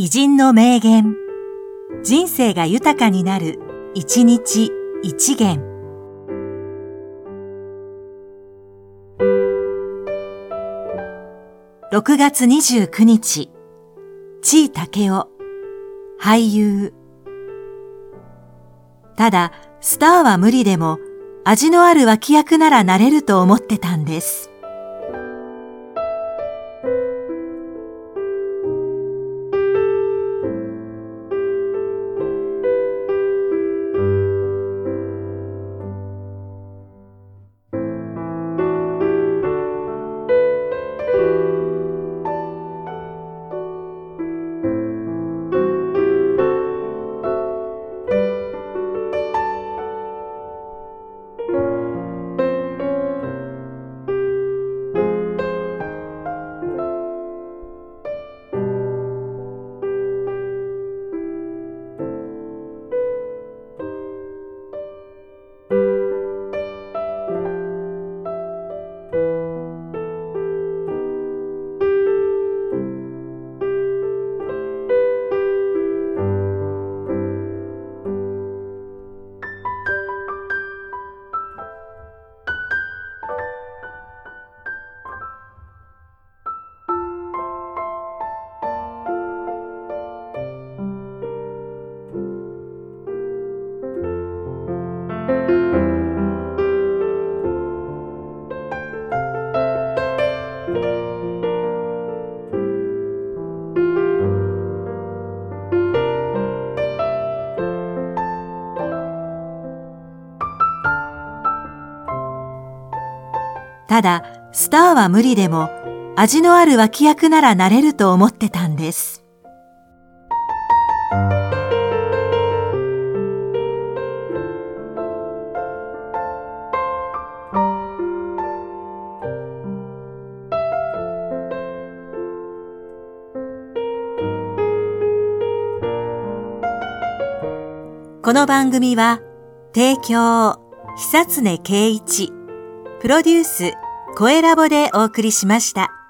偉人の名言、人生が豊かになる、一日一元。6月29日、地井武雄、俳優。ただ、スターは無理でも、味のある脇役ならなれると思ってたんです。ただ、スターは無理でも、味のある脇役ならなれると思ってたんです。この番組は、提供、久常圭一、プロデュース、声ラボでお送りしました。